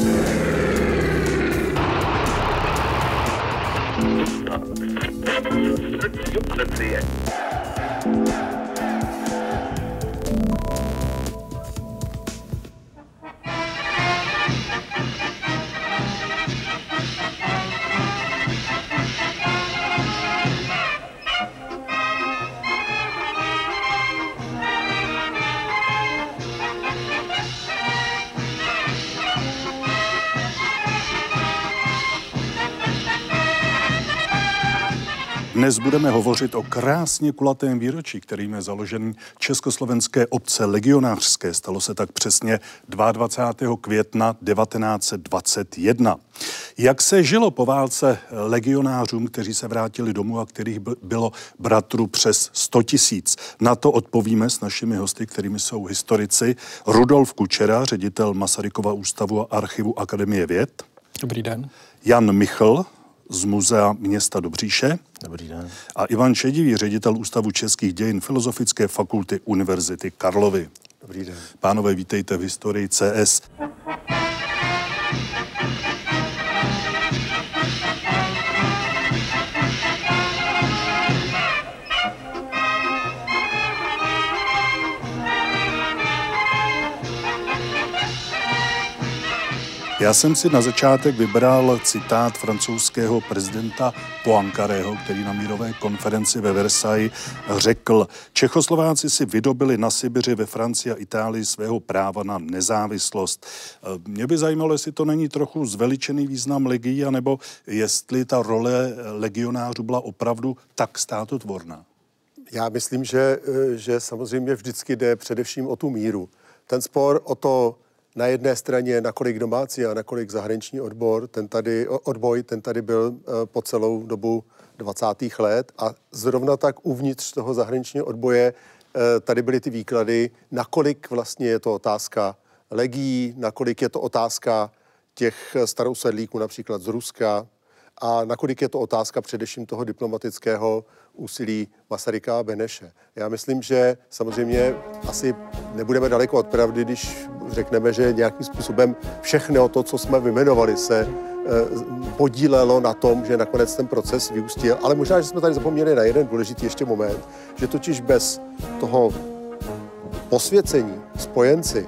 Dnes budeme hovořit o krásně kulatém výročí, kterým je založení Československé obce legionářské. Stalo se tak přesně 22. května 1921. Jak se žilo po válce legionářům, kteří se vrátili domů a kterých bylo bratru přes 100 000? Na to odpovíme s našimi hosty, kterými jsou historici Rudolf Kučera, ředitel Masarykova ústavu a archivu Akademie věd. Dobrý den. Jan Michl z Muzea města Dobříše. Dobrý den. A Ivan Šedivý, ředitel Ústavu českých dějin Filozofické fakulty Univerzity Karlovy. Dobrý den. Pánové, vítejte v Historii CS. Já jsem si na začátek vybral citát francouzského prezidenta Poincarého, který na mírové konferenci ve Versailles řekl: Čechoslováci si vydobili na Sibiři, ve Francii a Itálii svého práva na nezávislost. Mě by zajímalo, jestli to není trochu zveličený význam legií, anebo jestli ta role legionářů byla opravdu tak státotvorná. Já myslím, že samozřejmě vždycky jde především o tu míru. Ten spor o to, na jedné straně nakolik domácí a nakolik zahraniční odboj, ten tady byl po celou dobu 20. let a zrovna tak uvnitř toho zahraničního odboje tady byly ty výklady, nakolik vlastně je to otázka legií, nakolik je to otázka těch starousedlíků například z Ruska a nakolik je to otázka především toho diplomatického úsilí Masaryka a Beneše. Já myslím, že samozřejmě asi nebudeme daleko od pravdy, když řekneme, že nějakým způsobem všechno to, co jsme vyjmenovali, se podílelo na tom, že nakonec ten proces vyústil. Ale možná, že jsme tady zapomněli na jeden důležitý ještě moment, že totiž bez toho posvěcení spojenci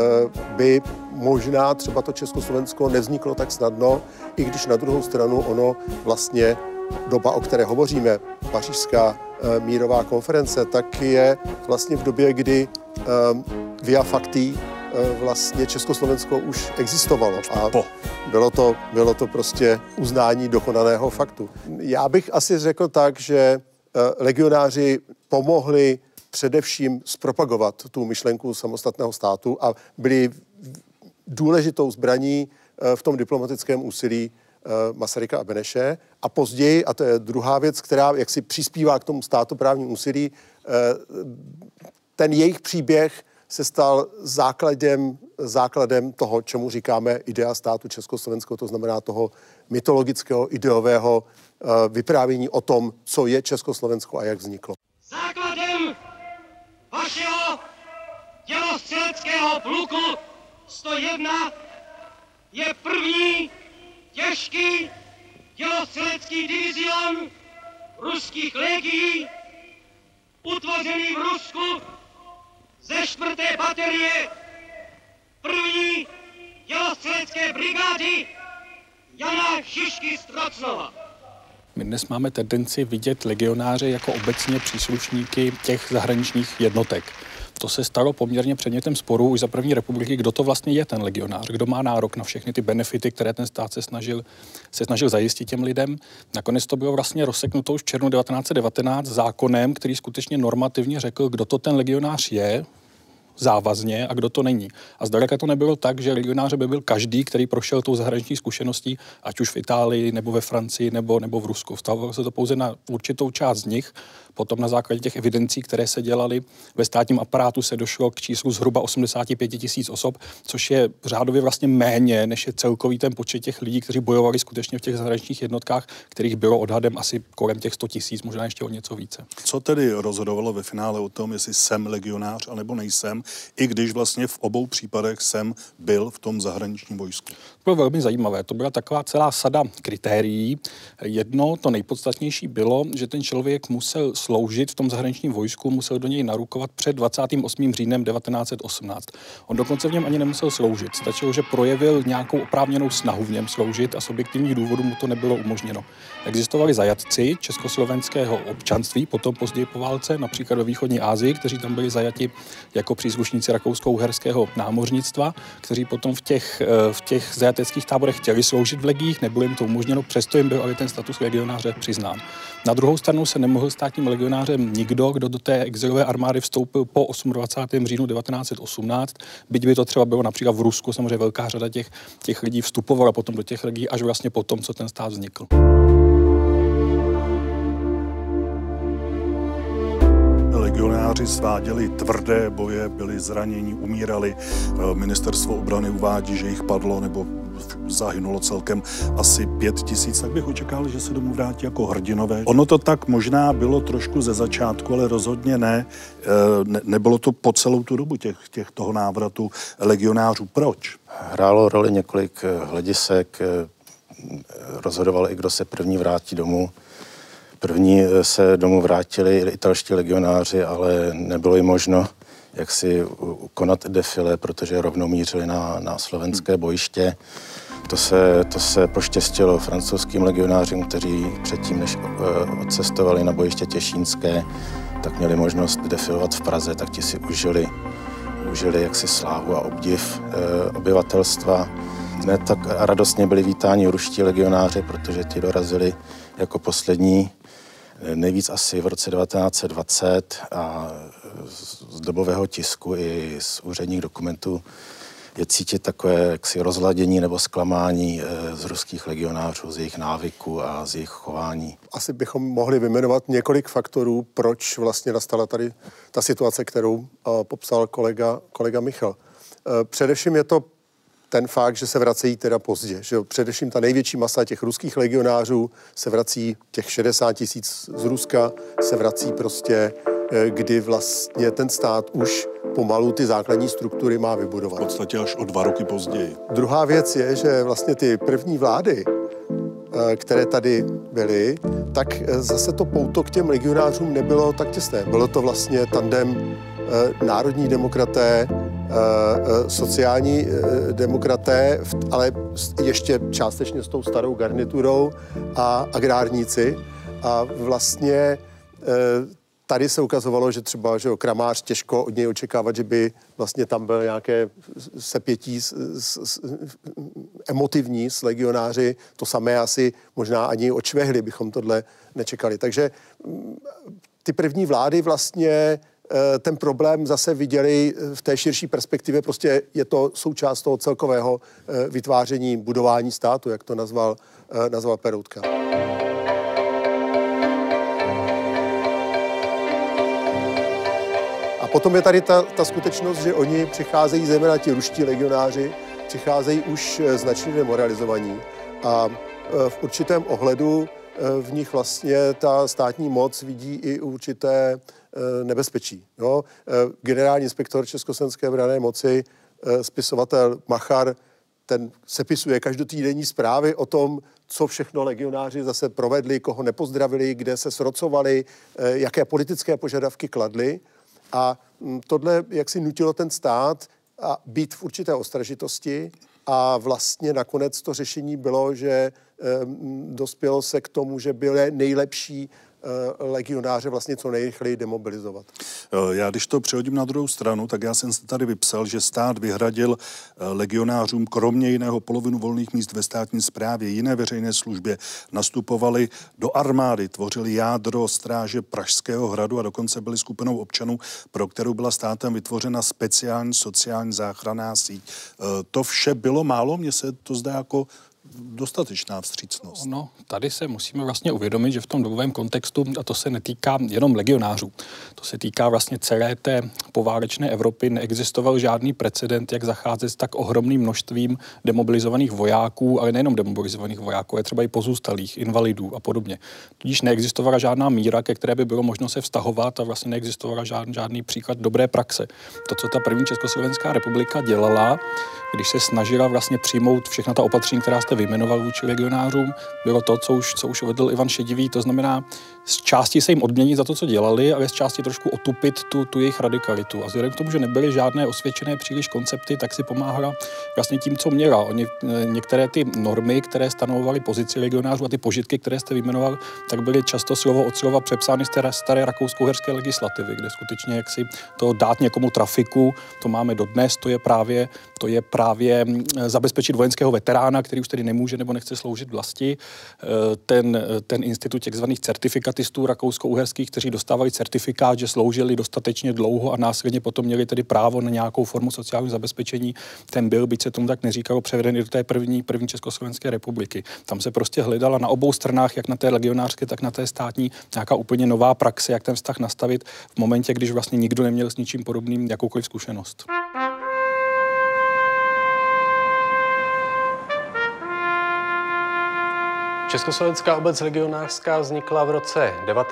by možná třeba to Československo nevzniklo tak snadno, i když na druhou stranu ono vlastně doba, o které hovoříme, pařížská mírová konference, tak je vlastně v době, kdy via facti vlastně Československo už existovalo a bylo to prostě uznání dokonaného faktu. Já bych asi řekl tak, že legionáři pomohli především zpropagovat tu myšlenku samostatného státu a byli důležitou zbraní v tom diplomatickém úsilí Masaryka a Beneše. A později, a to je druhá věc, která jaksi přispívá k tomu státoprávnímu úsilí, ten jejich příběh se stal základem toho, čemu říkáme idea státu československého, to znamená toho mytologického, ideového vyprávění o tom, co je Československo a jak vzniklo. Základem vašeho dělostřeleckého pluku 101 je první těžký dělostřelecký divizion ruských legií, utvořený v Rusku ze 4. baterie první dělostřelecké brigády Jana Šišky z Trocnova. My dnes máme tendenci vidět legionáře jako obecně příslušníky těch zahraničních jednotek. To se stalo poměrně předmětem sporu už za první republiky, kdo to vlastně je ten legionář, kdo má nárok na všechny ty benefity, které ten stát se snažil zajistit těm lidem. Nakonec to bylo vlastně rozseknuto už v červnu 1919 zákonem, který skutečně normativně řekl, kdo to ten legionář je, závazně a kdo to není. A zdaleka to nebylo tak, že legionář by byl každý, který prošel tou zahraniční zkušeností, ať už v Itálii, nebo ve Francii, nebo v Rusku. Vztahovalo se to pouze na určitou část z nich. Potom na základě těch evidencí, které se dělaly ve státním aparátu, se došlo k číslu zhruba 85 000 osob, což je řádově vlastně méně, než je celkový ten počet těch lidí, kteří bojovali skutečně v těch zahraničních jednotkách, kterých bylo odhadem asi kolem těch 100 000, možná ještě o něco více. Co tedy rozhodovalo ve finále o tom, jestli jsem legionář, anebo nejsem? i když vlastně v obou případech jsem byl v tom zahraničním vojsku. To bylo velmi zajímavé. To byla taková celá sada kritérií. Jedno, to nejpodstatnější bylo, že ten člověk musel sloužit v tom zahraničním vojsku, musel do něj narukovat před 28. říjnem 1918. On dokonce v něm ani nemusel sloužit. Stačilo, že projevil nějakou oprávněnou snahu v něm sloužit a z objektivních důvodů mu to nebylo umožněno. Existovali zajatci československého občanství, potom později po válce, například ve východní Asii, kteří tam byli zajati jako příslušníci rakousko-uherského námořnictva, kteří potom v těch zajateckých táborech chtěli sloužit v legiích, nebylo jim to umožněno, přesto jim byl ale ten status legionáře přiznán. Na druhou stranu se nemohl stát tím legionářem nikdo, kdo do té exilové armády vstoupil po 28. říjnu 1918, byť by to třeba bylo například v Rusku, samozřejmě velká řada těch lidí vstupovala potom do těch legií až vlastně potom, co ten stát vznikl. Legionáři sváděli tvrdé boje, byli zraněni, umírali. Ministerstvo obrany uvádí, že jich padlo nebo zahynulo celkem asi 5 000, tak bych očekal, že se domů vrátí jako hrdinové. Ono to tak možná bylo trošku ze začátku, ale rozhodně ne. Nebylo to po celou tu dobu toho návratu legionářů. Proč? Hrálo roli několik hledisek, rozhodoval i kdo se první vrátí domů. První se domů vrátili italští legionáři, ale nebylo jim možno jak si konat defile, protože rovnou mířili na slovenské bojiště. To se poštěstilo francouzským legionářům, kteří předtím, než odcestovali na bojiště těšínské, tak měli možnost defilovat v Praze, tak ti si užili jaksi slávu a obdiv obyvatelstva. Ne tak radostně byli vítáni ruští legionáři, protože ti dorazili jako poslední, nejvíc asi v roce 1920 a z dobového tisku i z úředních dokumentů je cítit takové jaksi rozladění nebo zklamání z ruských legionářů, z jejich návyků a z jejich chování. Asi bychom mohli vyjmenovat několik faktorů, proč vlastně nastala tady ta situace, kterou popsal kolega Michal. Především je to ten fakt, že se vracejí teda pozdě, že především ta největší masa těch ruských legionářů se vrací, těch 60 000 z Ruska se vrací prostě, kdy vlastně ten stát už pomalu ty základní struktury má vybudovat. V podstatě až o 2 roky později. Druhá věc je, že vlastně ty první vlády, které tady byly, tak zase to pouto k těm legionářům nebylo tak těsné. Bylo to vlastně tandem národní demokraté, sociální demokraté, ale ještě částečně s tou starou garniturou a agrárníci. A vlastně tady se ukazovalo, že třeba že Kramář těžko od něj očekávat, že by vlastně tam byl nějaké sepětí emotivní s legionáři. To samé asi možná ani od Švehly bychom tohle nečekali. Takže ty první vlády vlastně ten problém zase viděli v té širší perspektivě. Prostě je to součást toho celkového vytváření, budování státu, jak to nazval Peroutka. A potom je tady ta skutečnost, že oni přicházejí, zejména ti ruští legionáři, přicházejí už značně demoralizovaní. A v určitém ohledu v nich vlastně ta státní moc vidí i určité nebezpečí. Jo? Generální inspektor Československé branné moci, spisovatel Machar, ten sepisuje každotýdenní zprávy o tom, co všechno legionáři zase provedli, koho nepozdravili, kde se srocovali, jaké politické požadavky kladli. A tohle jaksi nutilo ten stát a být v určité ostražitosti a vlastně nakonec to řešení bylo, že dospělo se k tomu, že byly nejlepší legionáře vlastně co nejrychleji demobilizovat. Já když to přehodím na druhou stranu, tak já jsem si tady vypsal, že stát vyhradil legionářům kromě jiného polovinu volných míst ve státní správě, jiné veřejné službě, nastupovali do armády, tvořili jádro stráže Pražského hradu a dokonce byli skupinou občanů, pro kterou byla státem vytvořena speciální sociální záchranná síť. To vše bylo málo, mně se to zdá jako dostatečná vstřícnost. No, tady se musíme vlastně uvědomit, že v tom dobovém kontextu, a to se netýká jenom legionářů, to se týká vlastně celé té poválečné Evropy, neexistoval žádný precedent, jak zacházet s tak ohromným množstvím demobilizovaných vojáků, ale nejenom demobilizovaných vojáků, ale třeba i pozůstalých, invalidů a podobně. Tudíž neexistovala žádná míra, ke které by bylo možno se vztahovat a vlastně neexistovala žádný příklad dobré praxe. To, co ta první Československá republika dělala, když se snažila vlastně přijmout všechna ta opatření, která jste vyjmenoval vůči legionářům, bylo to, co už uvedl Ivan Šedivý, to znamená z části se jim odměnit za to, co dělali, ale z části trošku otupit tu jejich radikalitu. A vzhledem k tomu, že nebyly žádné osvědčené příliš koncepty, tak si pomáhala vlastně tím, co měla. Oni některé ty normy, které stanovovaly pozici legionářů a ty požitky, které jste vyjmenoval, tak byly často slovo od slova přepsány z té staré rakousko-uherské legislativy, kde skutečně jak si to dát někomu trafiku, to máme dodnes, to je právě zabezpečit vojenského veterána, který už tedy nemůže nebo nechce sloužit vlasti. Ten institut takzvaných certifikatistů rakousko-uherských, kteří dostávali certifikát, že sloužili dostatečně dlouho a následně potom měli tedy právo na nějakou formu sociálního zabezpečení, ten byl, byť se tomu tak neříkalo, převeden i do té první Československé republiky. Tam se prostě hledala na obou stranách, jak na té legionářské, tak na té státní, nějaká úplně nová praxe, jak ten vztah nastavit v momentě, když vlastně nikdo neměl s ničím podobným jakoukoliv zkušenost. Československá obec legionářská vznikla v roce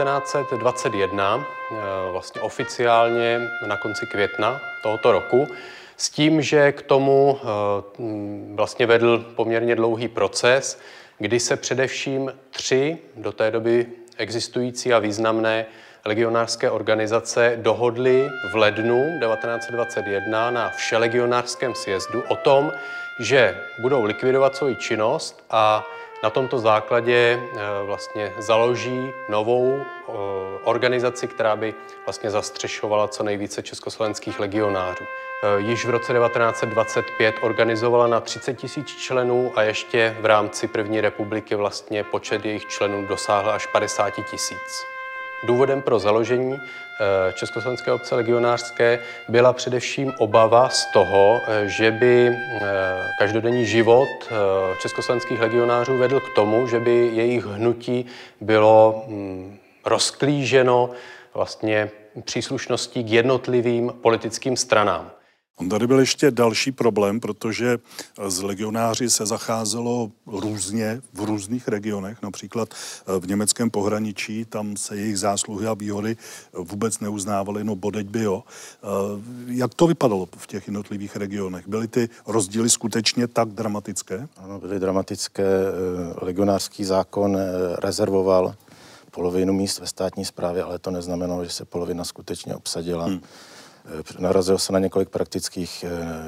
1921, vlastně oficiálně na konci května tohoto roku, s tím, že k tomu vlastně vedl poměrně dlouhý proces, kdy se především 3 do té doby existující a významné legionářské organizace dohodly v lednu 1921 na Všelegionářském sjezdu o tom, že budou likvidovat svoji činnost a na tomto základě vlastně založí novou organizaci, která by vlastně zastřešovala co nejvíce československých legionářů. Již v roce 1925 organizovala na 30 000 členů a ještě v rámci první republiky vlastně počet jejich členů dosáhl až 50 000. Důvodem pro založení Československé obce legionářské byla především obava z toho, že by každodenní život československých legionářů vedl k tomu, že by jejich hnutí bylo rozklíženo vlastně příslušností k jednotlivým politickým stranám. On tady byl ještě další problém, protože s legionáři se zacházelo různě v různých regionech, například v německém pohraničí, tam se jejich zásluhy a výhody vůbec neuznávaly, no bodeď by jo. Jak to vypadalo v těch jednotlivých regionech? Byly ty rozdíly skutečně tak dramatické? Ano, byly dramatické. Legionářský zákon rezervoval polovinu míst ve státní správě, ale to neznamenalo, že se polovina skutečně obsadila. Narazil se na několik praktických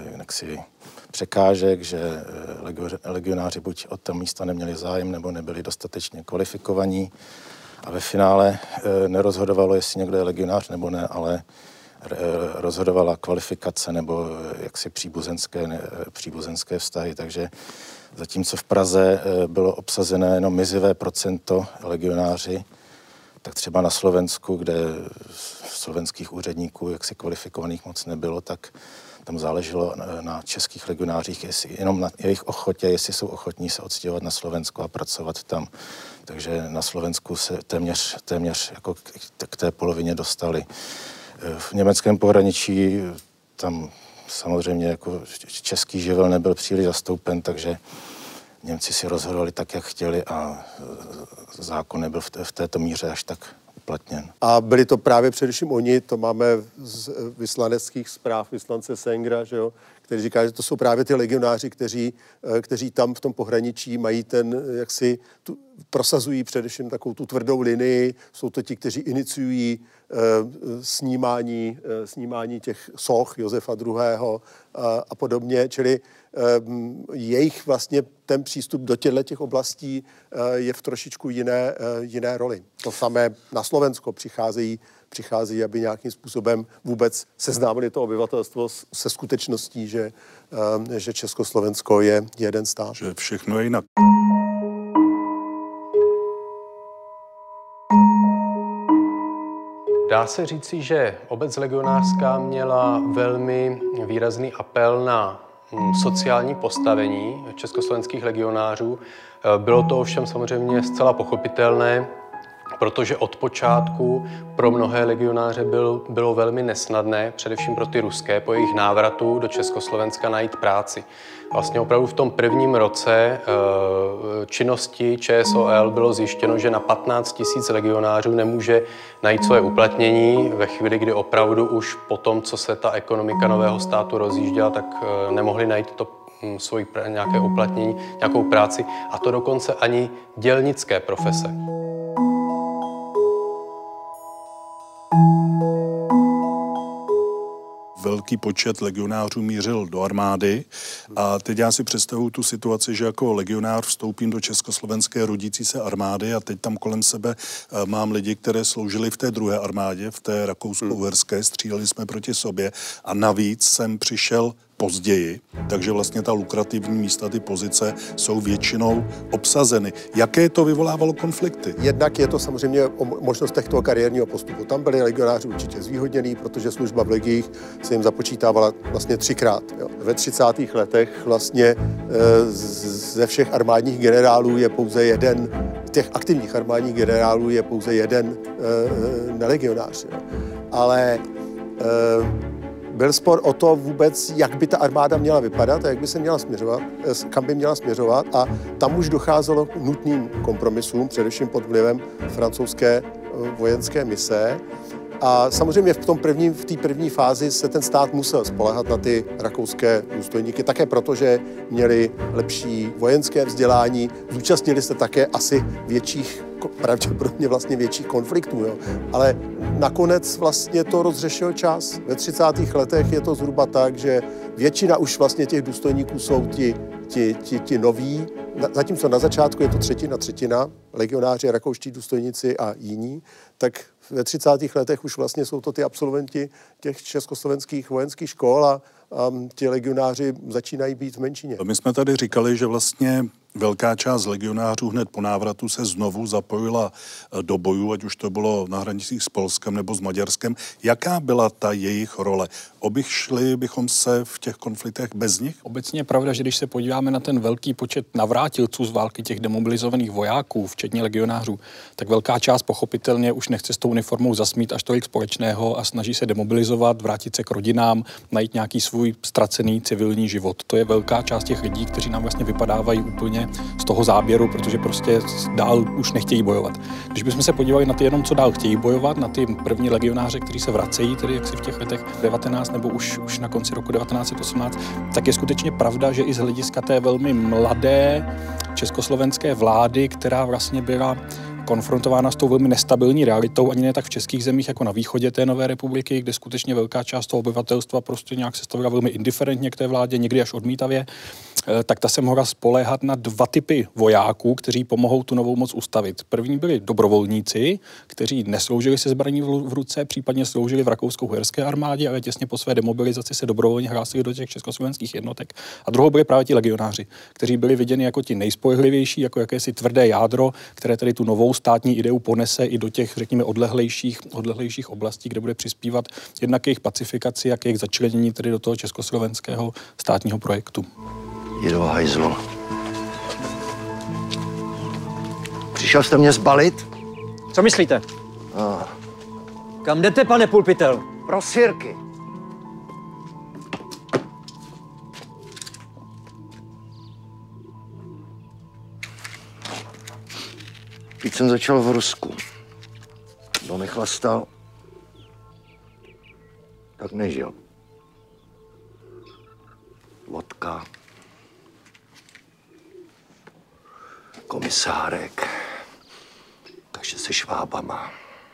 překážek, že legionáři buď od toho místa neměli zájem, nebo nebyli dostatečně kvalifikovaní. A ve finále nerozhodovalo, jestli někdo je legionář nebo ne, ale rozhodovala kvalifikace nebo jaksi příbuzenské vztahy. Takže zatímco v Praze bylo obsazené jenom mizivé procento legionáři, tak třeba na Slovensku, kde slovenských úředníků jaksi kvalifikovaných moc nebylo, tak tam záleželo na českých legionářích, jenom na jejich ochotě, jestli jsou ochotní se odstěhovat na Slovensko a pracovat tam. Takže na Slovensku se téměř jako k té polovině dostali. V německém pohraničí tam samozřejmě jako český živel nebyl příliš zastoupen, takže Němci si rozhodovali tak, jak chtěli a zákon nebyl v této míře až tak uplatněn. A byli to právě především oni, to máme z vyslaneckých zpráv vyslance Sengra, že jo, který říká, že to jsou právě ty legionáři, kteří tam v tom pohraničí mají prosazují především takovou tu tvrdou linii, jsou to ti, kteří iniciují snímání těch soch Josefa II. A podobně, čili jejich vlastně ten přístup do těch oblastí je v trošičku jiné roli. To samé na Slovensko přicházejí, aby nějakým způsobem vůbec seznámili to obyvatelstvo se skutečností, že Československo je jeden stát. Že všechno je jinak. Dá se říci, že obec legionářská měla velmi výrazný apel na sociální postavení československých legionářů. Bylo to ovšem samozřejmě zcela pochopitelné, protože od počátku pro mnohé legionáře bylo velmi nesnadné, především pro ty ruské, po jejich návratu do Československa najít práci. Vlastně opravdu v tom prvním roce činnosti ČSOL bylo zjištěno, že na 15 000 legionářů nemůže najít svoje uplatnění. Ve chvíli, kdy opravdu už po tom, co se ta ekonomika nového státu rozjížděla, tak nemohli najít svoji nějaké uplatnění, nějakou práci, a to dokonce ani dělnické profese. Velký počet legionářů mířil do armády a teď já si představuju tu situaci, že jako legionář vstoupím do československé rodící se armády a teď tam kolem sebe mám lidi, které sloužili v té druhé armádě, v té rakousko-uherské, stříleli jsme proti sobě a navíc jsem přišel později, takže vlastně ta lukrativní místa, ty pozice jsou většinou obsazeny. Jaké to vyvolávalo konflikty? Jednak je to samozřejmě o možnostech toho kariérního postupu. Tam byli legionáři určitě zvýhodnění, protože služba v legiích se jim započítávala vlastně 3krát. Jo. Ve 30. letech vlastně ze všech armádních generálů je pouze jeden, těch aktivních armádních generálů je pouze jeden nelegionář. Jo. Ale byl spor o to vůbec, jak by ta armáda měla vypadat a jak by se měla směřovat, kam by měla směřovat, a tam už docházelo k nutným kompromisům, především pod vlivem francouzské vojenské mise. A samozřejmě v té první fázi se ten stát musel spoléhat na ty rakouské důstojníky, také proto, že měli lepší vojenské vzdělání, zúčastnili se také asi pravděpodobně vlastně větších konfliktů. Jo. Ale nakonec vlastně to rozřešil čas. Ve 30. letech je to zhruba tak, že většina už vlastně těch důstojníků jsou ti noví, zatímco na začátku je to třetina, legionáři, rakouští důstojníci a jiní, tak ve 30. letech už vlastně jsou to ty absolventi těch československých vojenských škol a ti legionáři začínají být v menšině. My jsme tady říkali, že vlastně velká část legionářů hned po návratu se znovu zapojila do bojů, ať už to bylo na hranicích s Polskem nebo s Maďarskem. Jaká byla ta jejich role? Obešli bychom se v těch konfliktech bez nich? Obecně je pravda, že když se podíváme na ten velký počet navrátilců z války, těch demobilizovaných vojáků, včetně legionářů, tak velká část pochopitelně už nechce s tou uniformou zasmít až tolik společného a snaží se demobilizovat, vrátit se k rodinám, najít nějaký svůj ztracený civilní život. To je velká část těch lidí, kteří nám vlastně vypadávají úplně z toho záběru, protože prostě dál už nechtějí bojovat. Když bychom se podívali na ty jenom, co dál chtějí bojovat, na ty první legionáře, kteří se vracejí, tedy jaksi v těch letech 19 nebo už na konci roku 1918, tak je skutečně pravda, že i z hlediska té velmi mladé československé vlády, která vlastně byla konfrontována s tou velmi nestabilní realitou, ani ne tak v českých zemích, jako na východě té nové republiky, kde skutečně velká část toho obyvatelstva prostě nějak se stavila velmi indiferentně k té vládě, někdy až odmítavě, tak ta se mohla spoléhat na dva typy vojáků, kteří pomohou tu novou moc ustavit. První byli dobrovolníci, kteří nesloužili se zbraní v ruce, případně sloužili v rakousko-uherské armádě, ale těsně po své demobilizaci se dobrovolně hlásili do těch československých jednotek. A druhou byli právě ti legionáři, kteří byli viděni jako ti nejspolehlivější, jako jakési tvrdé jádro, které tedy tu novou státní ideu ponese i do těch, řekněme, odlehlejších oblastí, kde bude přispívat jednak k jejich pacifikaci a k jejich začlenění tedy do toho československého státního projektu. Jdu do hajzlu. Přišel jste mě zbalit? Co myslíte? Kam jdete, pane Pulpitel? Pro sirky. Když jsem začal v Rusku, kdo nechlastal, tak nežil. Vodka, komisárek, takže se švábama.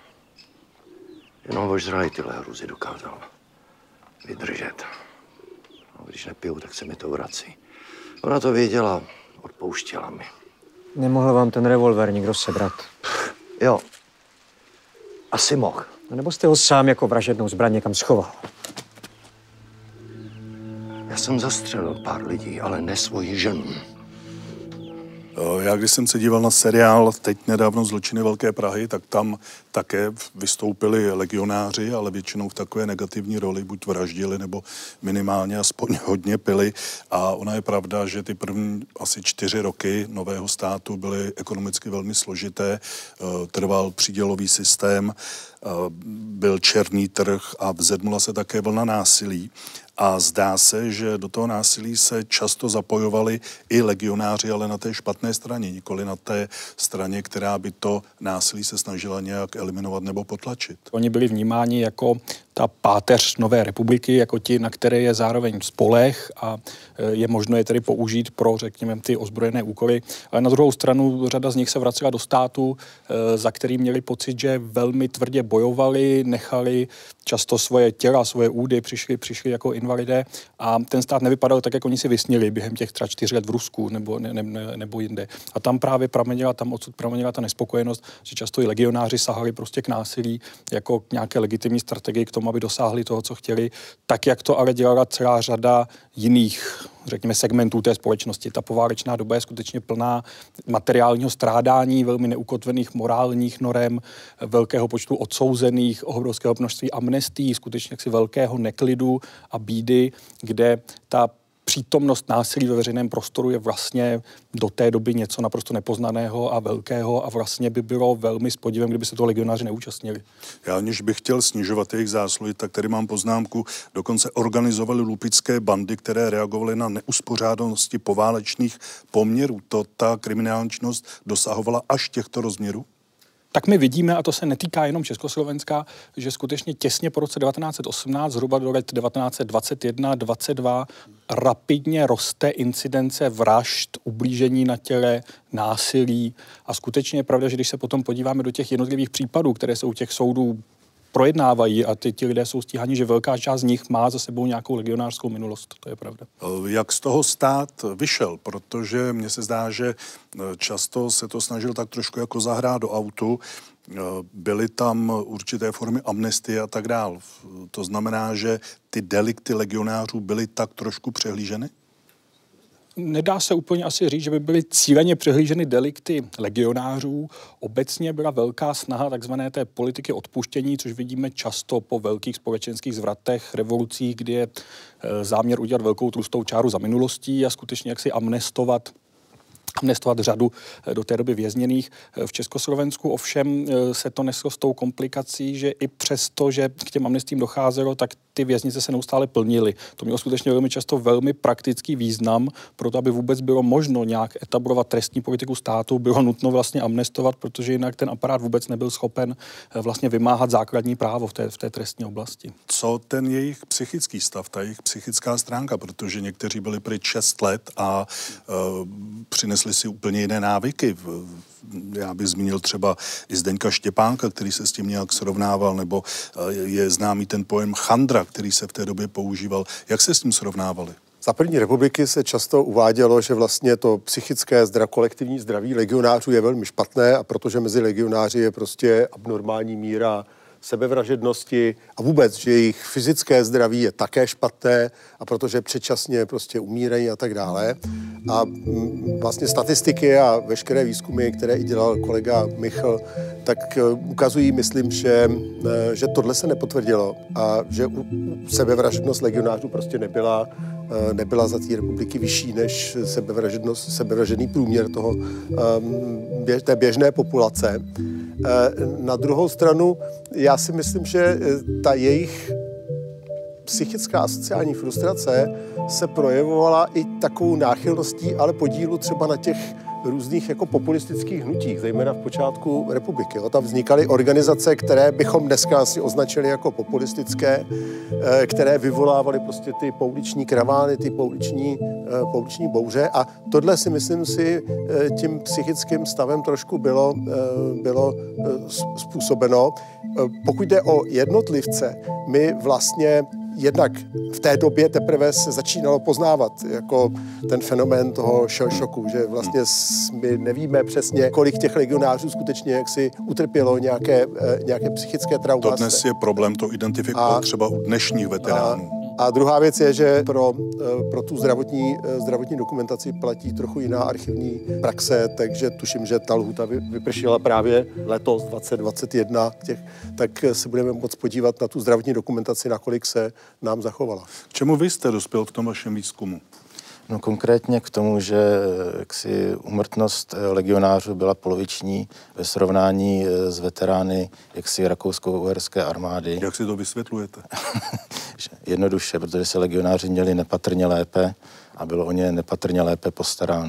Jenom ožrali tyhle hruzy dokázal vydržet. No, když nepiju, tak se mi to vrací. Ona to věděla, odpouštěla mi. Nemohl vám ten revolver nikdo sebrat? Jo, asi mohl. A nebo jste ho sám jako vražednou zbraň někam schoval? Já jsem zastřelil pár lidí, ale ne svoji ženu. Já když jsem se díval na seriál teď nedávno Zločiny Velké Prahy, tak tam také vystoupili legionáři, ale většinou v takové negativní roli, buď vraždili, nebo minimálně aspoň hodně pili. A ona je pravda, že ty první asi 4 roky nového státu byly ekonomicky velmi složité, trval přídělový systém, byl černý trh a vzedmula se také vlna násilí. A zdá se, že do toho násilí se často zapojovali i legionáři, ale na té špatné straně, nikoli na té straně, která by to násilí se snažila nějak eliminovat nebo potlačit. Oni byli vnímáni jako ta páteř nové republiky, jako ti, na které je zároveň spoleh a je možno je tedy použít pro, řekněme, ty ozbrojené úkoly. Ale na druhou stranu řada z nich se vracela do státu, za který měli pocit, že velmi tvrdě bojovali, nechali často svoje těla, svoje údy, přišli jako invalidé a ten stát nevypadal tak, jak oni si vysnili během těch třeba 4 let v Rusku nebo jinde. A tam právě odsud pramenila ta nespokojenost, že často i legionáři sahali prostě k násilí jako k nějaké legitimní strategii k tomu, aby dosáhli toho, co chtěli, tak, jak to ale dělala celá řada jiných, řekněme, segmentů té společnosti. Ta poválečná doba je skutečně plná materiálního strádání, velmi neukotvených morálních norem, velkého počtu odsouzených, obrovského množství amnestií, skutečně jaksi velkého neklidu a bídy, kde ta přítomnost násilí ve veřejném prostoru je vlastně do té doby něco naprosto nepoznaného a velkého a vlastně by bylo velmi s podivem, kdyby se toho legionáři neúčastnili. Já aniž bych chtěl snižovat jejich zásluhy, tak tady mám poznámku, dokonce organizovali lupické bandy, které reagovaly na neuspořádanosti poválečných poměrů. Ta kriminální činnost dosahovala až těchto rozměrů? Tak my vidíme, a to se netýká jenom Československa, že skutečně těsně po roce 1918, zhruba do let 1921-22, rapidně roste incidence vražd, ublížení na těle, násilí. A skutečně je pravda, že když se potom podíváme do těch jednotlivých případů, které se u těch soudů projednávají a ti lidé jsou stíhaní, že velká část z nich má za sebou nějakou legionářskou minulost. To je pravda. Jak z toho stát vyšel? Protože mně se zdá, že často se to snažil tak trošku jako zahrát do autu. Byly tam určité formy amnestie a tak dál. To znamená, že ty delikty legionářů byly tak trošku přehlíženy? Nedá se úplně asi říct, že by byly cíleně přehlíženy delikty legionářů. Obecně byla velká snaha takzvané té politiky odpuštění, což vidíme často po velkých společenských zvratech, revolucích, kdy je záměr udělat velkou tlustou čáru za minulostí a skutečně jaksi amnestovat řadu do té doby vězněných. V Československu ovšem se to neslo s tou komplikací, že i přesto, že k těm amnestím docházelo, tak ty věznice se neustále plnily. To mělo skutečně velmi často velmi praktický význam, proto aby vůbec bylo možno nějak etablovat trestní politiku státu, bylo nutno vlastně amnestovat, protože jinak ten aparát vůbec nebyl schopen vlastně vymáhat základní právo v té trestní oblasti. Co ten jejich psychický stav, ta jejich psychická stránka, protože někteří byli pryč 6 let a přinesli si úplně jiné návyky. Já bych zmínil třeba i Zdeňka Štěpánka, který se s tím nějak srovnával, nebo je známý ten pojem chandra, který se v té době používal. Jak se s tím srovnávali? Za první republiky se často uvádělo, že vlastně to psychické kolektivní zdraví legionářů je velmi špatné a protože mezi legionáři je prostě abnormální míra sebevražednosti a vůbec, že jejich fyzické zdraví je také špatné a protože předčasně prostě umírají a tak dále. A vlastně statistiky a veškeré výzkumy, které i dělal kolega Michl, tak ukazují, myslím, že tohle se nepotvrdilo a že sebevražednost legionářů prostě nebyla za té republiky vyšší než sebevražedný průměr té běžné populace. Na druhou stranu, já si myslím, že ta jejich psychická a sociální frustrace se projevovala i takovou náchylností, ale podílu třeba na těch různých jako populistických hnutích, zejména v počátku republiky. Tam vznikaly organizace, které bychom dneska asi označili jako populistické, které vyvolávaly prostě ty pouliční kravány, ty pouliční bouře a tohle si myslím si tím psychickým stavem trošku bylo způsobeno. Pokud jde o jednotlivce, my vlastně jednak v té době teprve se začínalo poznávat jako ten fenomén toho shell shocku, že vlastně my nevíme přesně, kolik těch legionářů skutečně jaksi utrpělo nějaké psychické trauma. To dnes je problém to identifikovat třeba u dnešních veteránů. A druhá věc je, že pro tu zdravotní dokumentaci platí trochu jiná archivní praxe, takže tuším, že ta lhůta vypršela právě letos 2021, tak se budeme moct podívat na tu zdravotní dokumentaci, nakolik se nám zachovala. K čemu vy jste dospěl v tom vašem výzkumu? No konkrétně k tomu, že jaksi úmrtnost legionářů byla poloviční ve srovnání s veterány jaksi rakousko-uherské armády. Jak si to vysvětlujete? Jednoduše, protože se legionáři měli nepatrně lépe a bylo o ně nepatrně lépe postaráno.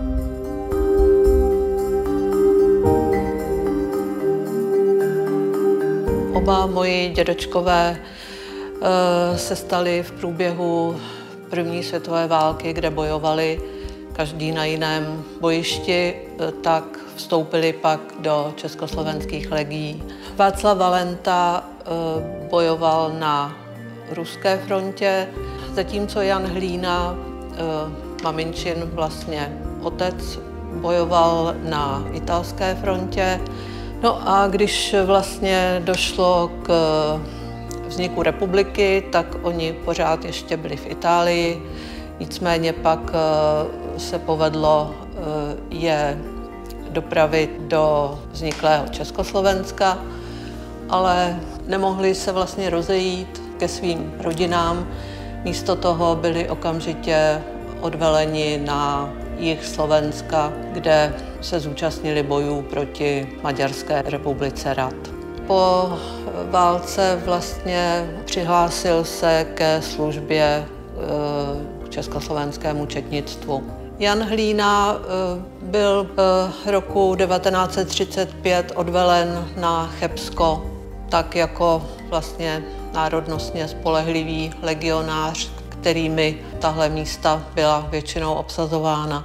Oba moji dědečkové se stali v průběhu první světové války, kde bojovali každý na jiném bojišti, tak vstoupili pak do československých legií. Václav Valenta bojoval na ruské frontě, zatímco Jan Hlína, maminčin vlastně otec, bojoval na italské frontě. No a když vlastně došlo k vzniku republiky, tak oni pořád ještě byli v Itálii, nicméně pak se povedlo je dopravit do vzniklého Československa, ale nemohli se vlastně rozejít ke svým rodinám. Místo toho byli okamžitě odveleni na jih Slovenska, kde se zúčastnili bojů proti Maďarské republice Rad. Po válce vlastně přihlásil se ke službě k československému četnictvu. Jan Hlína byl roku 1935 odvelen na Chebsko, tak jako vlastně národnostně spolehlivý legionář, kterými tahle místa byla většinou obsazována.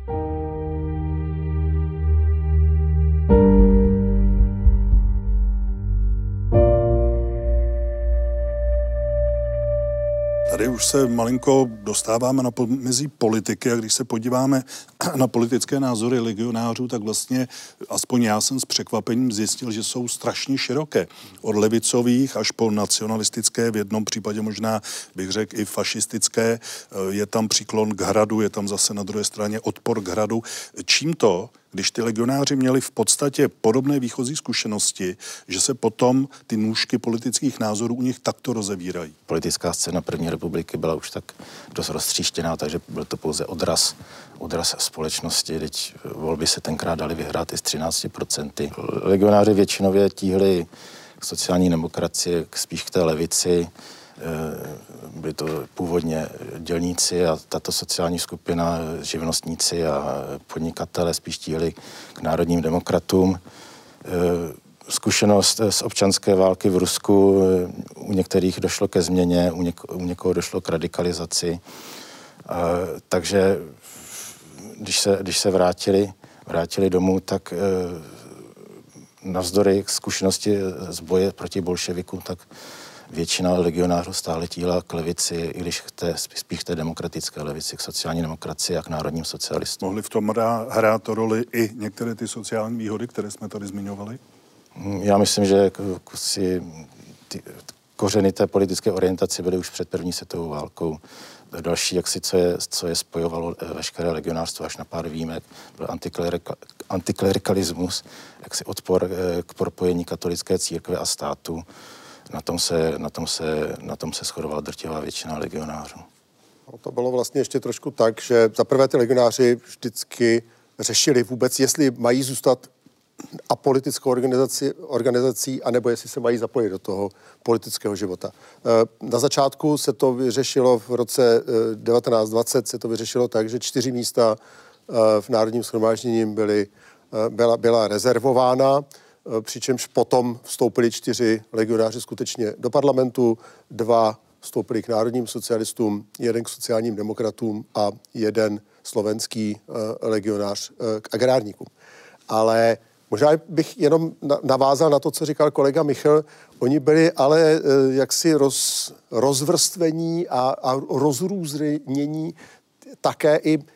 Tady už se malinko dostáváme na pomezí politiky a když se podíváme na politické názory legionářů, tak vlastně aspoň já jsem s překvapením zjistil, že jsou strašně široké. Od levicových až po nacionalistické, v jednom případě možná bych řekl i fašistické. Je tam příklon k hradu, je tam zase na druhé straně odpor k hradu. Čím to, když ty legionáři měli v podstatě podobné výchozí zkušenosti, že se potom ty nůžky politických názorů u nich takto rozevírají? Politická scéna první republiky byla už tak dost roztříštěná, takže byl to pouze odraz společnosti. Teď volby se tenkrát dali vyhrát i s 13%. Legionáři většinově tíhli k sociální demokracii, spíš k té levici. Byli to původně dělníci a tato sociální skupina, živnostníci a podnikatele spíš tíhli k národním demokratům. Zkušenost z občanské války v Rusku, u některých došlo ke změně, u někoho došlo k radikalizaci. Takže když se vrátili domů, tak navzdory zkušenosti z boje proti bolševikům, tak většina legionářů stále tíhla k levici, i když spíš k té demokratické levici, k sociální demokracii a k národním socialistům. Mohli v tom hrát roli i některé ty sociální výhody, které jsme tady zmiňovali? Já myslím, že ty kořeny té politické orientace byly už před první světovou válkou. Další, co je spojovalo veškeré legionářstvo až na pár výjimek, byl antiklerikalismus, odpor k propojení katolické církve a státu. Na tom se shodovala drtivá většina legionářů. To bylo vlastně ještě trošku tak, že zaprvé ty legionáři vždycky řešili vůbec, jestli mají zůstat apolitickou organizací, anebo jestli se mají zapojit do toho politického života. Na začátku se to vyřešilo v roce 1920, se to vyřešilo tak, že 4 místa v Národním shromáždění byla rezervována, přičemž potom vstoupili 4 legionáři skutečně do parlamentu, 2 vstoupili k národním socialistům, 1 k sociálním demokratům a 1 slovenský legionář k agrárníkům. Ale možná bych jenom navázal na to, co říkal kolega Michl. Oni byli ale jaksi rozvrstvení a rozrůznění také i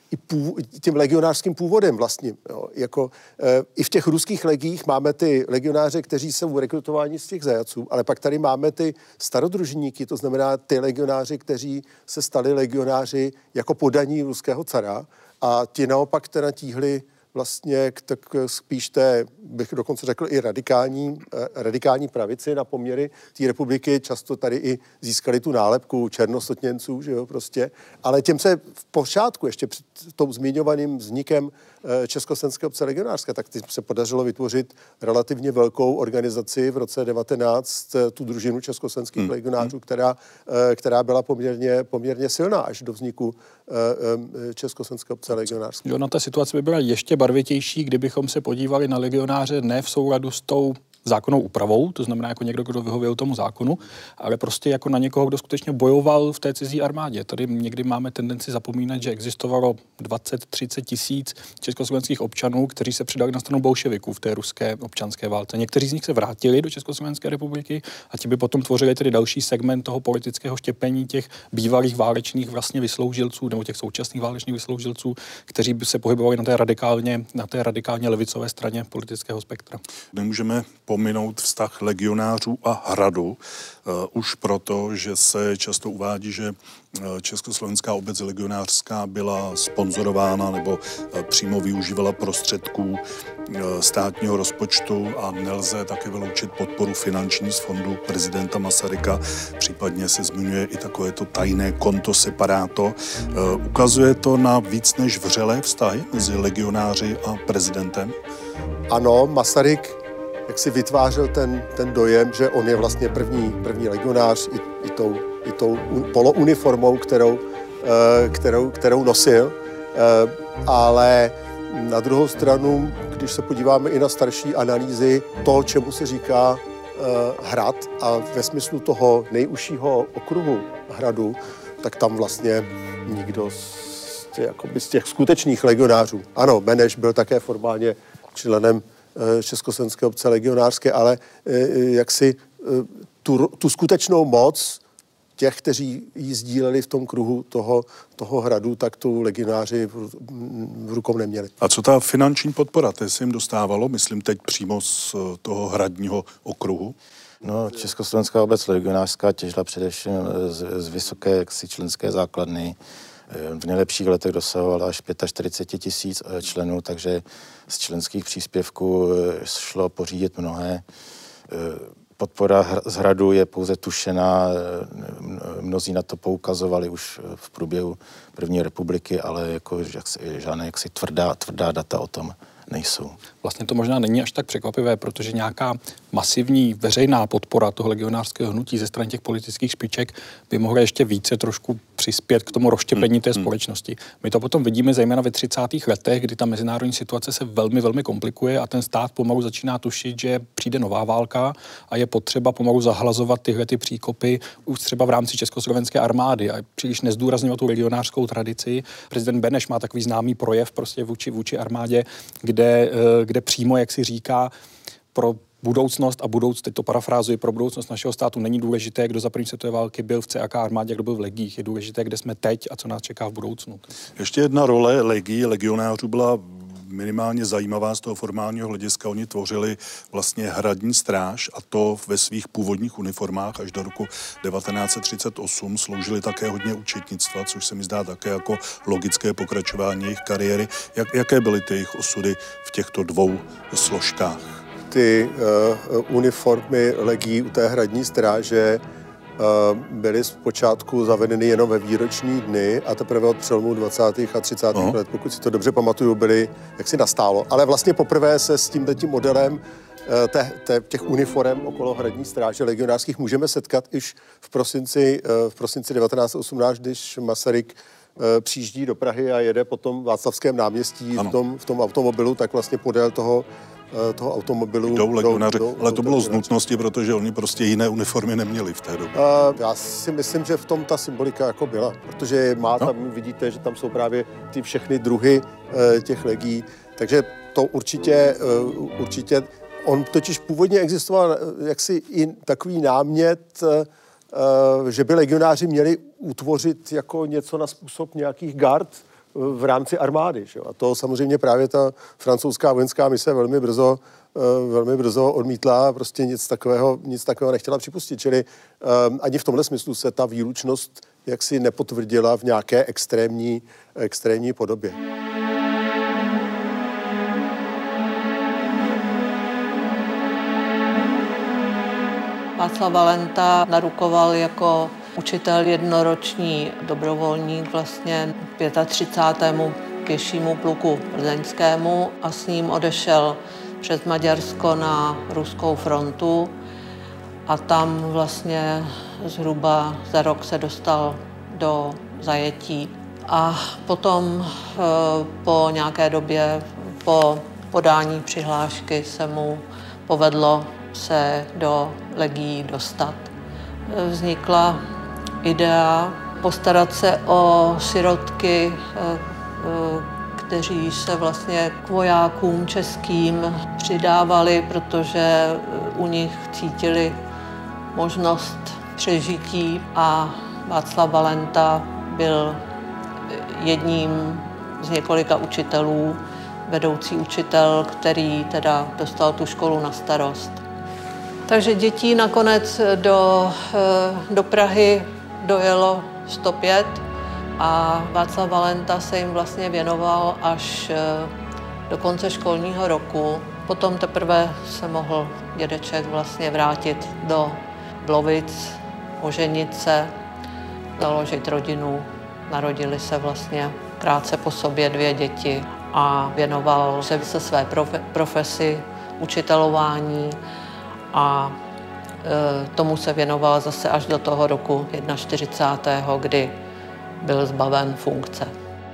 tím legionářským původem vlastně. Jo. Jako, i v těch ruských legiích máme ty legionáře, kteří jsou rekrutováni z těch zajatců, ale pak tady máme ty starodružníky, to znamená ty legionáři, kteří se stali legionáři jako podaní ruského cara a ti naopak teda tíhli vlastně tak spíš té, bych dokonce řekl, i radikální pravici na poměry té republiky. Často tady i získali tu nálepku černosotněnců, že jo, prostě. Ale těm se v počátku, ještě před tou zmiňovaným vznikem Československé obce legionářské, tak se podařilo vytvořit relativně velkou organizaci v roce 19, tu družinu československých legionářů, která byla poměrně silná až do vzniku Československé obce legionářské. Jo, na té situace by byla ještě barvitější, kdybychom se podívali na legionáře ne v souladu s tou zákonnou úpravou, to znamená jako někdo, kdo vyhověl tomu zákonu, ale prostě jako na někoho, kdo skutečně bojoval v té cizí armádě. Tady někdy máme tendenci zapomínat, že existovalo 20-30 tisíc československých občanů, kteří se přidali na stranu bolševiků v té ruské občanské válce. Někteří z nich se vrátili do Československé republiky a ti by potom tvořili tedy další segment toho politického štěpení těch bývalých válečných vlastně vysloužilců nebo těch současných válečných vysloužilců, kteří by se pohybovali na té radikálně levicové straně politického spektra. Nemůžeme pominout vztah legionářů a hradu, už proto, že se často uvádí, že Československá obec legionářská byla sponzorována nebo přímo využívala prostředků státního rozpočtu a nelze také vyloučit podporu finanční z fondu prezidenta Masaryka. Případně se zmiňuje i takovéto tajné konto separáto. Ukazuje to na víc než vřelé vztahy mezi legionáři a prezidentem? Ano, Masaryk jak si vytvářel ten dojem, že on je vlastně první legionář i tou polouniformou, kterou nosil, ale na druhou stranu, když se podíváme i na starší analýzy, to, čemu se říká hrad a ve smyslu toho nejužšího okruhu hradu, tak tam vlastně nikdo z těch skutečných legionářů. Ano, Beneš byl také formálně členem Československé obce legionářské, ale jaksi tu skutečnou moc těch, kteří ji sdíleli v tom kruhu toho hradu, tak tu legionáři v rukou neměli. A co ta finanční podpora? To se jim dostávalo, myslím teď přímo z toho hradního okruhu? No, Československá obec legionářská těžila především z vysoké členské základny. V nejlepších letech dosahovala až 45 tisíc členů, takže z členských příspěvků šlo pořídit mnohé. Podpora z hradu je pouze tušená, mnozí na to poukazovali už v průběhu první republiky, ale jako žádné tvrdá data o tom nejsou. Vlastně to možná není až tak překvapivé, protože nějaká masivní veřejná podpora toho legionářského hnutí ze strany těch politických špiček by mohla ještě více trošku přispět k tomu rozštěpení té společnosti. My to potom vidíme zejména ve 30. letech, kdy ta mezinárodní situace se velmi, velmi komplikuje a ten stát pomalu začíná tušit, že přijde nová válka a je potřeba pomalu zahlazovat tyhle ty příkopy už třeba v rámci československé armády a příliš nezdůrazňovat tu legionářskou tradici. Prezident Beneš má takový známý projev prostě vůči armádě, kde přímo, jak si říká, pro budoucnost teď to parafrázuji, pro budoucnost našeho státu není důležité, kdo za první světové války byl v CAK armádě, kdo byl v legích. Je důležité, kde jsme teď a co nás čeká v budoucnu. Ještě jedna role legionářů byla minimálně zajímavá z toho formálního hlediska. Oni tvořili vlastně hradní stráž a to ve svých původních uniformách až do roku 1938. Sloužili také hodně účetnictva, což se mi zdá také jako logické pokračování jejich kariéry. Jaké byly ty jejich osudy v těchto dvou složkách? Ty uniformy legií u té hradní stráže byly zpočátku zavedeny jenom ve výroční dny a teprve od přelomu 20. a 30. let, pokud si to dobře pamatuju, byly jaksi nastálo. Ale vlastně poprvé se s tímhletím modelem těch uniform okolo hradní stráže legionářských můžeme setkat již v prosinci 1918, když Masaryk přijíždí do Prahy a jede po tom Václavském náměstí v tom automobilu, tak vlastně podél toho automobilu jdou legionáři, ale to bylo z nutnosti, protože oni prostě jiné uniformy neměli v té době. Já si myslím, že v tom ta symbolika jako byla, protože tam vidíte, že tam jsou právě ty všechny druhy těch legií, takže to určitě on totiž původně existoval jaksi i takový námět, že by legionáři měli utvořit jako něco na způsob nějakých gard v rámci armády. Že? A to samozřejmě právě ta francouzská vojenská mise velmi brzo odmítla, prostě nic takového nechtěla připustit. Čili ani v tomhle smyslu se ta výlučnost jaksi nepotvrdila v nějaké extrémní podobě. Václav Valenta narukoval jako učitel jednoroční dobrovolník vlastně 35. pěšímu pluku plzeňskému a s ním odešel přes Maďarsko na ruskou frontu a tam vlastně zhruba za rok se dostal do zajetí. A potom po nějaké době, po podání přihlášky se mu povedlo se do legií dostat. Vznikla idea postarat se o sirotky, kteří se vlastně k vojákům českým přidávali, protože u nich cítili možnost přežití a Václav Valenta byl jedním z několika učitelů, vedoucí učitel, který teda dostal tu školu na starost. Takže dětí nakonec do Prahy dojelo 105 a Václav Valenta se jim vlastně věnoval až do konce školního roku. Potom teprve se mohl dědeček vlastně vrátit do Blovic, oženit se, založit rodinu. Narodili se vlastně krátce po sobě 2 děti a věnoval se své profesi učitelování a tomu se věnoval zase až do toho roku 41., kdy byl zbaven funkce.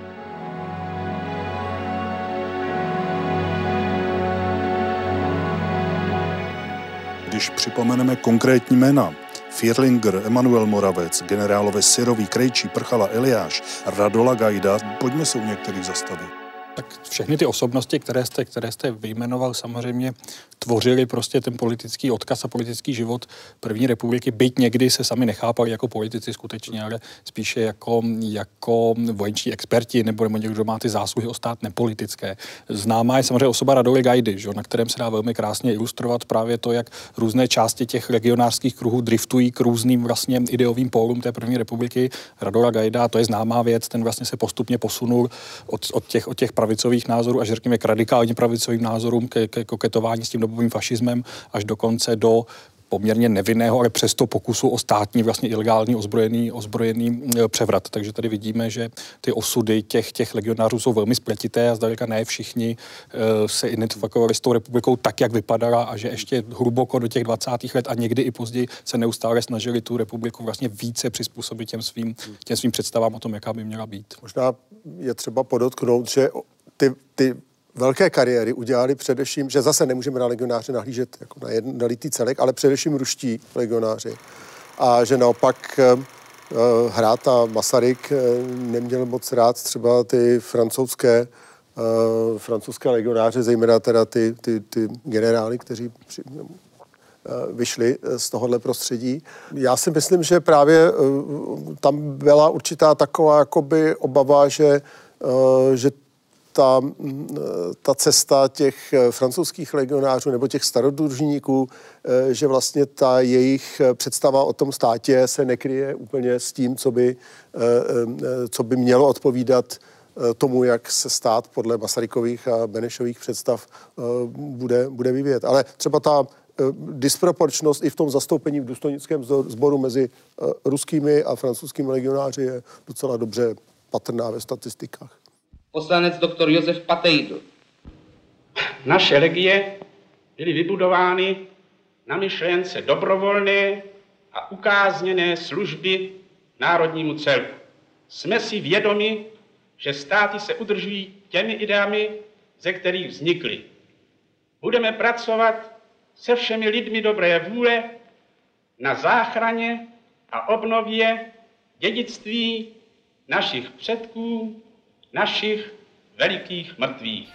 Když připomeneme konkrétní jména, Fierlinger, Emanuel Moravec, generálové Syrový, Krejčí, Prchala, Eliáš, Radola Gajda, pojďme se u některých zastavit. Tak všechny ty osobnosti, které jste vyjmenoval, samozřejmě tvořili prostě ten politický odkaz a politický život první republiky, byť někdy se sami nechápali jako politici skutečně, ale spíše jako vojenční experti nebo někdo, kdo má ty zásluhy o stát nepolitické. Známá je samozřejmě osoba Radoly Gajdy, že, na kterém se dá velmi krásně ilustrovat právě to, jak různé části těch legionářských kruhů driftují k různým vlastně ideovým pólům té první republiky. Radola Gajda, to je známá věc, ten vlastně se postupně posunul od těch pravicových názorů až řekněme k radikálně pravicovým názorům, ke koketování s tím dobovým fašismem, až dokonce do poměrně nevinného, ale přesto pokusu o státní, vlastně ilegální ozbrojený převrat. Takže tady vidíme, že ty osudy těch legionářů jsou velmi spletité a zdaleka ne všichni se identifikovali s tou republikou tak, jak vypadala a že ještě hluboko do těch 20. let a někdy i později se neustále snažili tu republiku vlastně více přizpůsobit těm svým představám o tom, jaká by měla být. Možná je třeba podotknout, že ty velké kariéry udělali především, že zase nemůžeme na legionáře nahlížet jako na litý celek, ale především ruští legionáři. A že naopak Hrad a Masaryk neměl moc rád třeba ty francouzské legionáře, zejména teda ty generály, kteří vyšli z tohohle prostředí. Já si myslím, že právě tam byla určitá taková jakoby obava, že ta cesta těch francouzských legionářů nebo těch starodružníků, že vlastně ta jejich představa o tom státě se nekryje úplně s tím, co by mělo odpovídat tomu, jak se stát podle Masarykových a Benešových představ bude vyvíjet. Ale třeba ta disproporčnost i v tom zastoupení v důstojnickém sboru mezi ruskými a francouzskými legionáři je docela dobře patrná ve statistikách. Poslanec doktor Josef Patejdl. Naše legie byly vybudovány na myšlence dobrovolné a ukázněné služby národnímu celku. Jsme si vědomi, že státy se udržují těmi ideami, ze kterých vznikly. Budeme pracovat se všemi lidmi dobré vůle na záchraně a obnově dědictví našich předků, našich velikých mrtvých.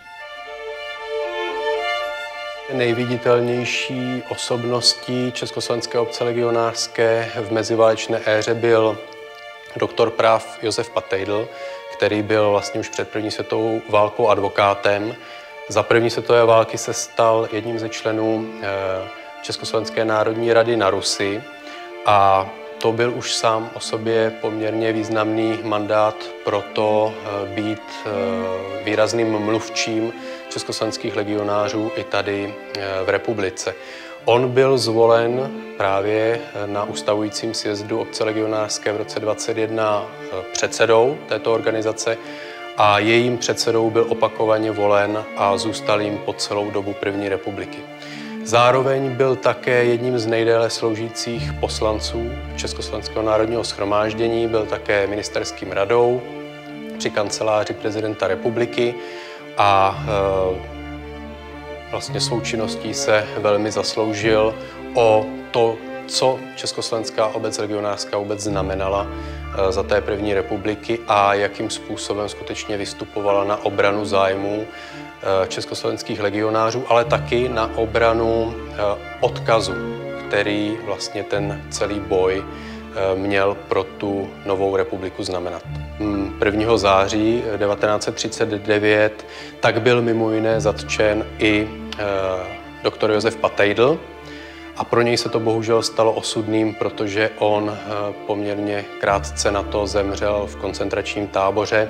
Nejviditelnější osobností Československé obce legionářské v meziválečné éře byl doktor práv Josef Patejdl, který byl vlastně už před první světovou válkou advokátem. Za první světové války se stal jedním ze členů Československé národní rady na Rusi a to byl už sám o sobě poměrně významný mandát pro to být výrazným mluvčím československých legionářů i tady v republice. On byl zvolen právě na ustavujícím sjezdu obce legionářské v roce 1921 předsedou této organizace a jejím předsedou byl opakovaně volen a zůstal jim po celou dobu první republiky. Zároveň byl také jedním z nejdéle sloužících poslanců Československého národního shromáždění, byl také ministerským radou při kanceláři prezidenta republiky a vlastně svou činností se velmi zasloužil o to, co Československá obec legionářská vůbec znamenala za té první republiky a jakým způsobem skutečně vystupovala na obranu zájmů československých legionářů, ale taky na obranu odkazu, který vlastně ten celý boj měl pro tu novou republiku znamenat. 1. září 1939 tak byl mimo jiné zatčen i doktor Josef Patejdl a pro něj se to bohužel stalo osudným, protože on poměrně krátce na to zemřel v koncentračním táboře.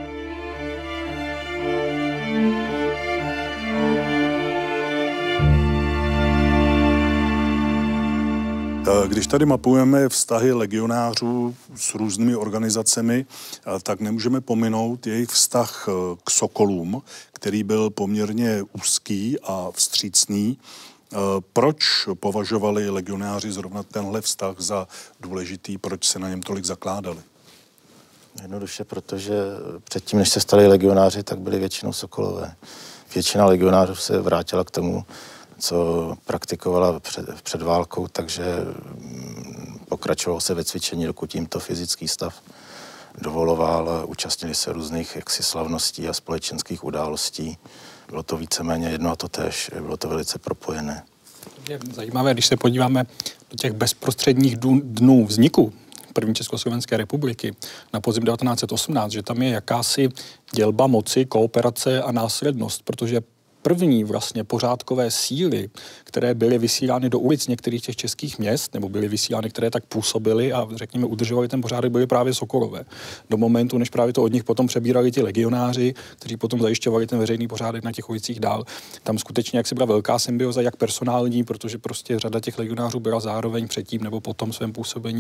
Když tady mapujeme vztahy legionářů s různými organizacemi, tak nemůžeme pominout jejich vztah k Sokolům, který byl poměrně úzký a vstřícný. Proč považovali legionáři zrovna tenhle vztah za důležitý, proč se na něm tolik zakládali? Jednoduše, protože předtím, než se stali legionáři, tak byli většinou Sokolové. Většina legionářů se vrátila k tomu, co praktikovala před válkou, takže pokračovalo se ve cvičení, dokud jim to fyzický stav dovoloval. Účastnili se různých slavností a společenských událostí. Bylo to víceméně jedno a to též, bylo to velice propojené. Je zajímavé, když se podíváme do těch bezprostředních dnů vzniku první Československé republiky na podzim 1918, že tam je jakási dělba moci, kooperace a následnost, protože první vlastně pořádkové síly, které byly vysílány do ulic některých těch českých měst, nebo byly vysílány, které tak působily a řekněme udržovali ten pořádek, byly právě Sokolové. Do momentu, než právě to od nich potom přebírali ti legionáři, kteří potom zajišťovali ten veřejný pořádek na těch ulicích dál. Tam skutečně jak si byla velká symbioza, jak personální, protože prostě řada těch legionářů byla zároveň předtím nebo potom svém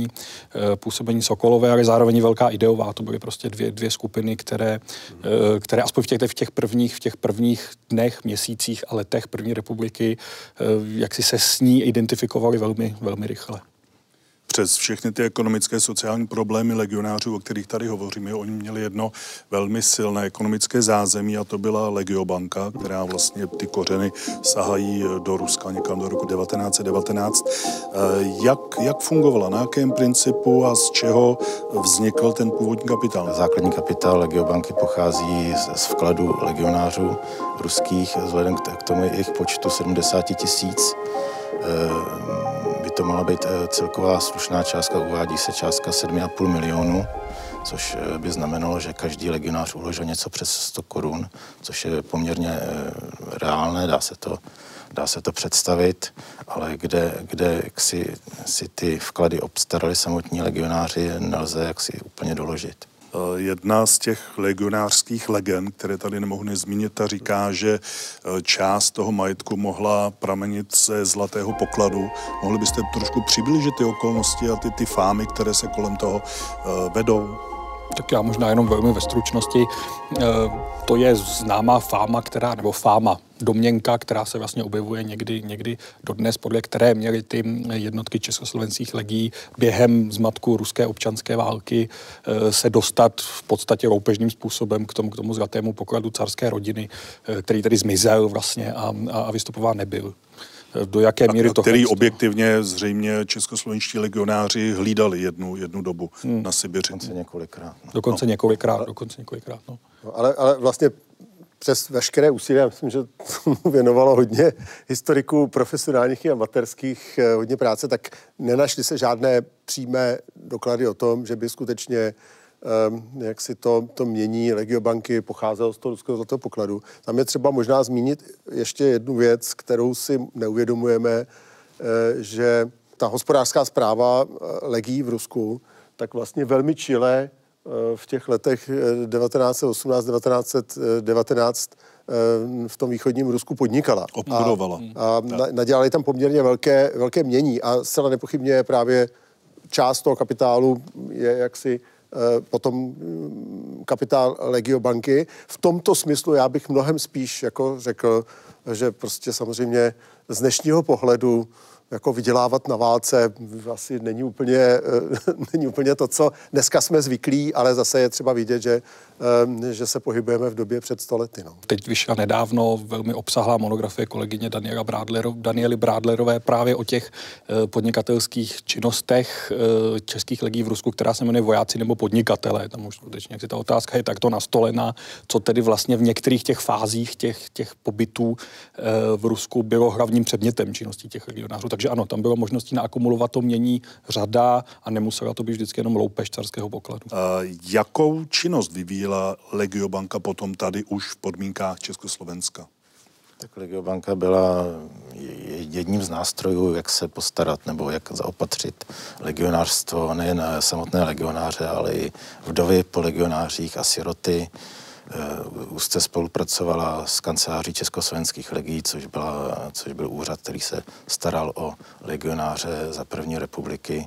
působení Sokolové, ale zároveň velká ideová. To byly prostě dvě skupiny, které aspoň v těch prvních dnech, měsících a letech první republiky, jak si se s ní identifikovali velmi, velmi rychle. Přes všechny ty ekonomické, sociální problémy legionářů, o kterých tady hovoříme, oni měli jedno velmi silné ekonomické zázemí a to byla Legiobanka, která vlastně ty kořeny sahají do Ruska někam do roku 1919. Jak fungovala, na jakém principu a z čeho vznikl ten původní kapitál? Základní kapitál Legiobanky pochází z vkladu legionářů ruských, vzhledem k tomu jejich počtu 70 000. By to mohla být celková slušná částka, uvádí se částka 7,5 milionů, což by znamenalo, že každý legionář uložil něco přes 100 korun, což je poměrně reálné, dá se to představit, ale kde si ty vklady obstarali samotní legionáři, nelze jaksi úplně doložit. Jedna z těch legionářských legend, které tady nemohu nezmínit, ta říká, že část toho majetku mohla pramenit ze zlatého pokladu. Mohli byste trošku přiblížit ty okolnosti a ty fámy, které se kolem toho vedou? Tak já možná jenom velmi ve stručnosti. To je známá fáma, domněnka, která se vlastně objevuje někdy dodnes, podle které měly ty jednotky československých legií během zmatku ruské občanské války se dostat v podstatě loupežným způsobem k tomu zlatému pokladu carské rodiny, který tedy zmizel vlastně a vystupován nebyl. Do jaké míry to... Který objektivně zřejmě českoslovenští legionáři hlídali jednu dobu na Sibiři. Dokonce několikrát. No. No, ale vlastně přes veškeré úsilí, já myslím, že tomu věnovalo hodně historiků profesionálních i amatérských hodně práce, tak nenašly se žádné přímé doklady o tom, že by skutečně jak si to mění Legiobanky pocházelo z toho ruského zlatého pokladu. Tam je třeba možná zmínit ještě jednu věc, kterou si neuvědomujeme, že ta hospodářská správa legií v Rusku tak vlastně velmi čile v těch letech 1918-1919 v tom východním Rusku podnikala. Obchodovala. A nadělali tam poměrně velké mění a zcela nepochybně právě část toho kapitálu je jaksi potom kapitál Legiobanky. V tomto smyslu já bych mnohem spíš jako řekl, že prostě samozřejmě z dnešního pohledu jako vydělávat na válce asi není úplně to, co dneska jsme zvyklí, ale zase je třeba vidět, že se pohybujeme v době před 100 lety. No. Teď vyšla nedávno velmi obsáhlá monografie kolegyně Daniely Brádlerové právě o těch podnikatelských činnostech českých legií v Rusku, která se jmenuje Vojáci nebo podnikatelé. Tam už skutečně, jak si ta otázka je takto nastolená, co tedy vlastně v některých těch fázích těch pobytů v Rusku bylo hlavním předmětem činností těch legionářů. Takže ano, tam bylo možností naakumulovat to mění řada a nemusela to být vždycky jenom loupež carského pokladu. Jakou činnost vyvíjela Legiobanka potom tady už v podmínkách Československa? Tak Legiobanka byla jedním z nástrojů, jak se postarat nebo jak zaopatřit legionářstvo, nejen samotné legionáře, ale i vdovy po legionářích a siroty. Úzce spolupracovala s kanceláří československých legií, což byl úřad, který se staral o legionáře za první republiky.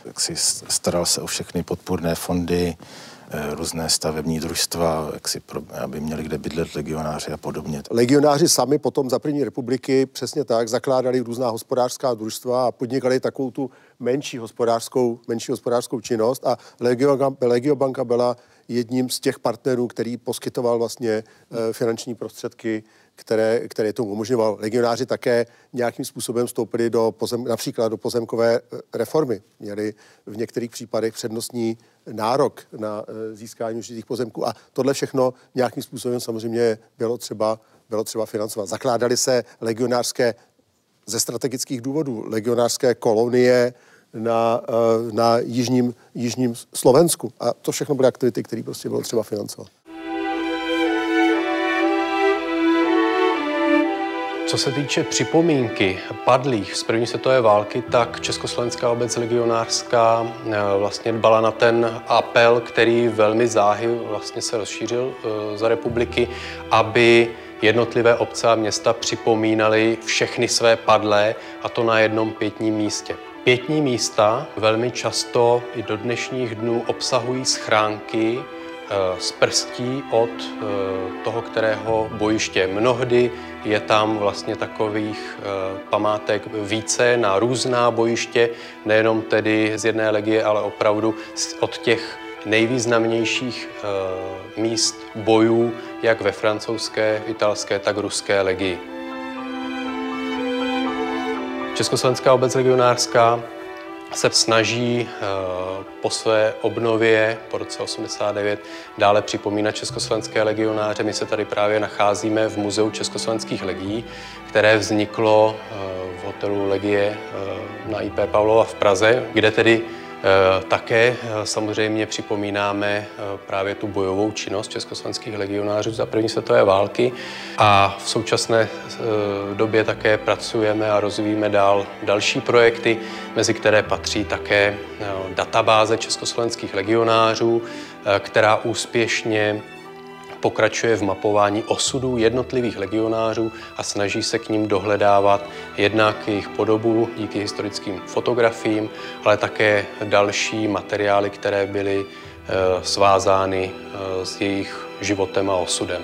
Staral se o všechny podpůrné fondy, různé stavební družstva, aby měli kde bydlet legionáři a podobně. Legionáři sami potom za první republiky přesně tak zakládali různá hospodářská družstva a podnikali takovou tu menší hospodářskou činnost a Legiobanka byla jedním z těch partnerů, který poskytoval vlastně finanční prostředky, které tomu umožňoval. Legionáři také nějakým způsobem vstoupili například do pozemkové reformy. Měli v některých případech přednostní nárok na získání určitých pozemků a tohle všechno nějakým způsobem samozřejmě bylo třeba financovat. Zakládali se ze strategických důvodů legionářské kolonie na jižním Slovensku. A to všechno byly aktivity, které prostě bylo třeba financovat. Co se týče připomínky padlých z první světové války, tak Československá obec legionářská vlastně dbala na ten apel, který velmi záhy vlastně se rozšířil za republiky, aby jednotlivé obce a města připomínaly všechny své padlé, a to na jednom pietním místě. Pietní místa velmi často i do dnešních dnů obsahují schránky z prstí od toho kterého bojiště. Mnohdy je tam vlastně takových památek více na různá bojiště, nejenom tedy z jedné legie, ale opravdu od těch nejvýznamnějších míst bojů, jak ve francouzské, italské, tak ruské legii. Československá obec legionářská se snaží po své obnově po roce 89 dále připomínat československé legionáře. My se tady právě nacházíme v Muzeu československých legií, které vzniklo v hotelu Legie na IP Pavlova v Praze, kde tedy také samozřejmě připomínáme právě tu bojovou činnost československých legionářů za první světové války a v současné době také pracujeme a rozvíjíme další projekty, mezi které patří také databáze československých legionářů, která úspěšně pokračuje v mapování osudů jednotlivých legionářů a snaží se k ním dohledávat jednak jejich podobu díky historickým fotografiím, ale také další materiály, které byly svázány s jejich životem a osudem.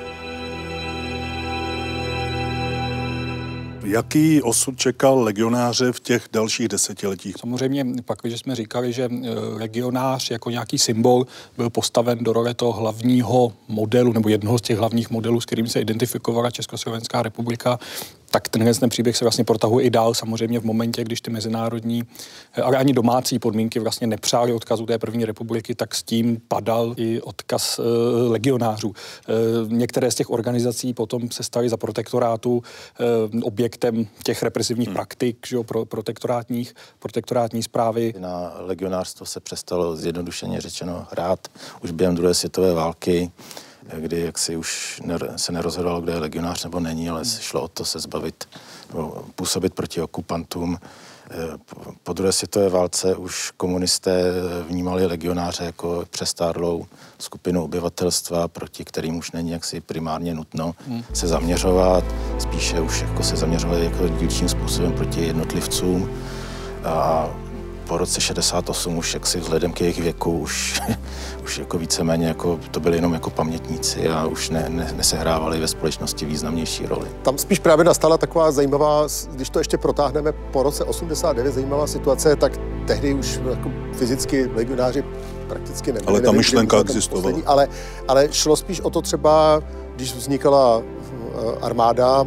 Jaký osud čekal legionáře v těch dalších desetiletích? Samozřejmě pak, když jsme říkali, že legionář jako nějaký symbol byl postaven do role toho hlavního modelu, nebo jednoho z těch hlavních modelů, s kterým se identifikovala Československá republika, tak tenhle příběh se vlastně protahuje i dál, samozřejmě v momentě, když ty mezinárodní, ale ani domácí podmínky vlastně nepřáli odkazu té první republiky, tak s tím padal i odkaz legionářů. Některé z těch organizací potom se staly za protektorátu objektem těch represivních praktik, že jo, protektorátní správy. Na legionářstvo se přestalo zjednodušeně řečeno hrát už během druhé světové války, kdy jaksi už se nerozhodovalo, kdo je legionář nebo není, ale šlo o to se zbavit nebo působit proti okupantům. Po druhé světové válce už komunisté vnímali legionáře jako přestárlou skupinu obyvatelstva, proti kterým už není jaksi primárně nutno se zaměřovat. Spíše už jako se zaměřovali jako dílčím způsobem proti jednotlivcům. A po roce 68 už jaksi vzhledem k jejich věku už jako víceméně jako to byli jenom jako pamětníci a už nesehrávali ve společnosti významnější roli. Tam spíš právě nastala taková zajímavá, když to ještě protáhneme po roce 89, zajímavá situace, tak tehdy už jako fyzicky legionáři prakticky nebyli. Ale ta myšlenka existovala. Ale šlo spíš o to třeba, když vznikala armáda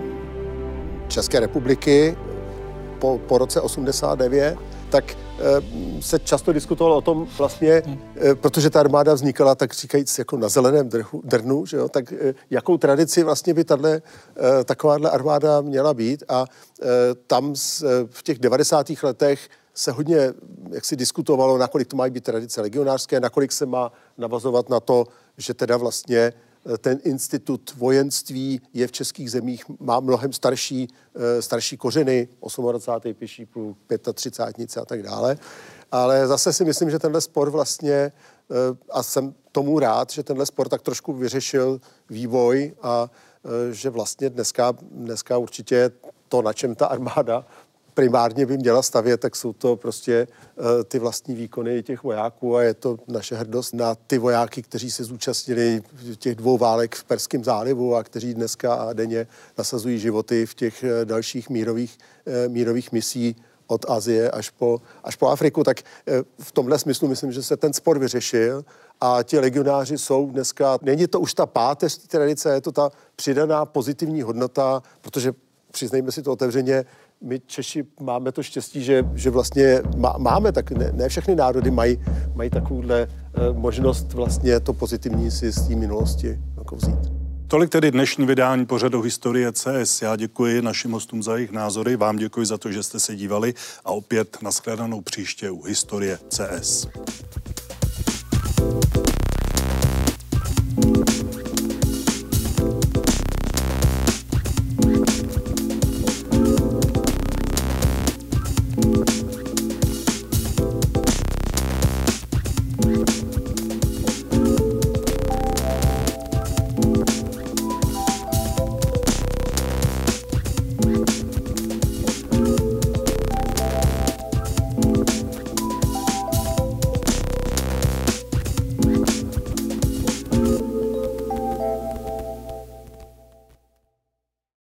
České republiky po roce 89, tak se často diskutovalo o tom vlastně, protože ta armáda vznikala, tak říkajíc, jako na zeleném drnu, že jo, tak jakou tradici vlastně by takováhle armáda měla být a tam v těch 90. letech se hodně jaksi diskutovalo, nakolik to mají být tradice legionářské, nakolik se má navazovat na to, že teda vlastně ten institut vojenství je v českých zemích, má mnohem starší kořeny, 28. pěší pluk, 35. a tak dále. Ale zase si myslím, že tenhle spor vlastně, a jsem tomu rád, že tenhle spor tak trošku vyřešil vývoj a že vlastně dneska určitě to, na čem ta armáda primárně by měla stavět, tak jsou to prostě ty vlastní výkony těch vojáků a je to naše hrdost na ty vojáky, kteří se zúčastnili těch 2 válek v Perském zálivu a kteří dneska a denně nasazují životy v těch dalších mírových misí od Asie až po Afriku. Tak v tomhle smyslu myslím, že se ten spor vyřešil a ti legionáři jsou dneska, není to už ta páteř tradice, je to ta přidaná pozitivní hodnota, protože přiznejme si to otevřeně, my Češi máme to štěstí, že vlastně máme, tak ne všechny národy mají takovouhle možnost vlastně to pozitivní si z té minulosti jako vzít. Tolik tedy dnešní vydání pořadu Historie CS. Já děkuji našim hostům za jejich názory, vám děkuji za to, že jste se dívali a opět nashledanou příště u Historie CS.